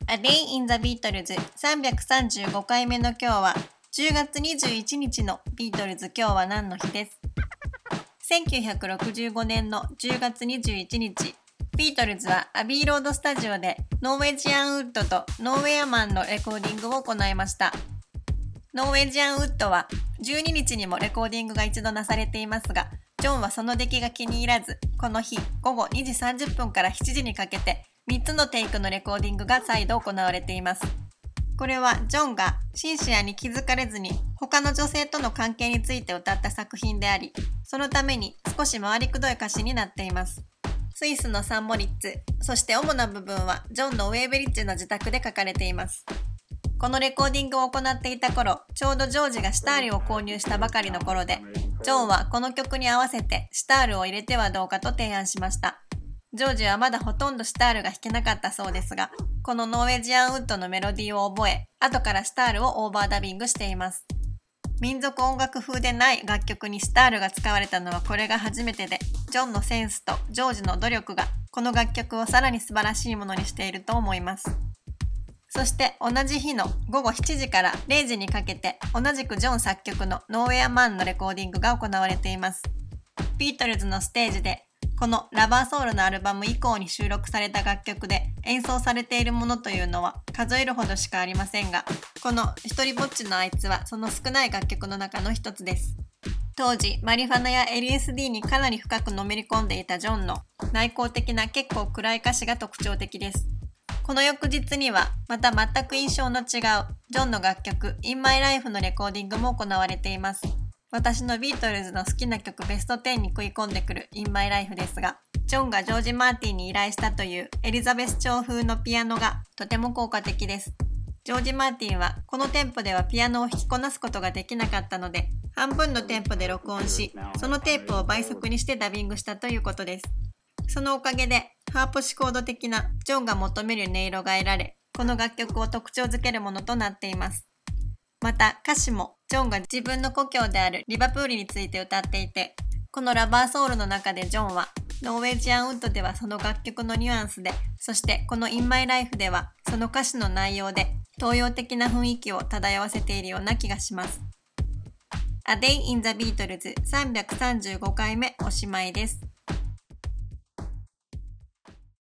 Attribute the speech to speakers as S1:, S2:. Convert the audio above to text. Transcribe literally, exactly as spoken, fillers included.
S1: A Day in the Beatles さんびゃくさんじゅうごかいめの今日はじゅうがつにじゅういちにちのビートルズ今日は何の日です。せんきゅうひゃくろくじゅうごねんのじゅうがつにじゅういちにち、ビートルズはアビーロードスタジオでノーウェジアンウッドとノーウェアマンのレコーディングを行いました。ノーウェジアンウッドはじゅうににちにもレコーディングが一度なされていますが、ジョンはその出来が気に入らず、この日ごごにじさんじゅっぷんからしちじにかけてみっつのテイクのレコーディングが再度行われています。これはジョンがシンシアに気づかれずに他の女性との関係について歌った作品であり、そのために少し回りくどい歌詞になっています。スイスのサンモリッツ、そして主な部分はジョンのウェーブリッジの自宅で書かれています。このレコーディングを行っていた頃、ちょうどジョージがシタールを購入したばかりの頃で、ジョンはこの曲に合わせてシタールを入れてはどうかと提案しました。ジョージはまだほとんどシタールが弾けなかったそうですが、このノーウェジアンウッドのメロディーを覚え、後からシタールをオーバーダビングしています。民族音楽風でない楽曲にシタールが使われたのはこれが初めてで、ジョンのセンスとジョージの努力がこの楽曲をさらに素晴らしいものにしていると思います。そして同じ日のごごしちじかられいじにかけて同じくジョン作曲のノーウェアマンのレコーディングが行われています。ビートルズのステージでこのラバーソウルのアルバム以降に収録された楽曲で演奏されているものというのは数えるほどしかありませんが、この一人ぼっちのあいつはその少ない楽曲の中の一つです。当時マリファナや エルエスディー にかなり深くのめり込んでいたジョンの内向的な結構暗い歌詞が特徴的です。この翌日にはまた全く印象の違うジョンの楽曲 In My Life のレコーディングも行われています。私のビートルズの好きな曲ベストじゅうに食い込んでくる In My Life ですが、ジョンがジョージ・マーティンに依頼したというエリザベス朝風のピアノがとても効果的です。ジョージ・マーティンはこのテンポではピアノを弾きこなすことができなかったので、半分のテンポで録音し、そのテープを倍速にしてダビングしたということです。そのおかげでハープシコード的なジョンが求める音色が得られ、この楽曲を特徴づけるものとなっています。また歌詞もジョンが自分の故郷であるリバプールについて歌っていて、このラバーソウルの中でジョンはノーウェジアンウッドではその楽曲のニュアンスで、そしてこの In My Life ではその歌詞の内容で東洋的な雰囲気を漂わせているような気がします。A Day in the Beatles さんびゃくさんじゅうごかいめおしまいです。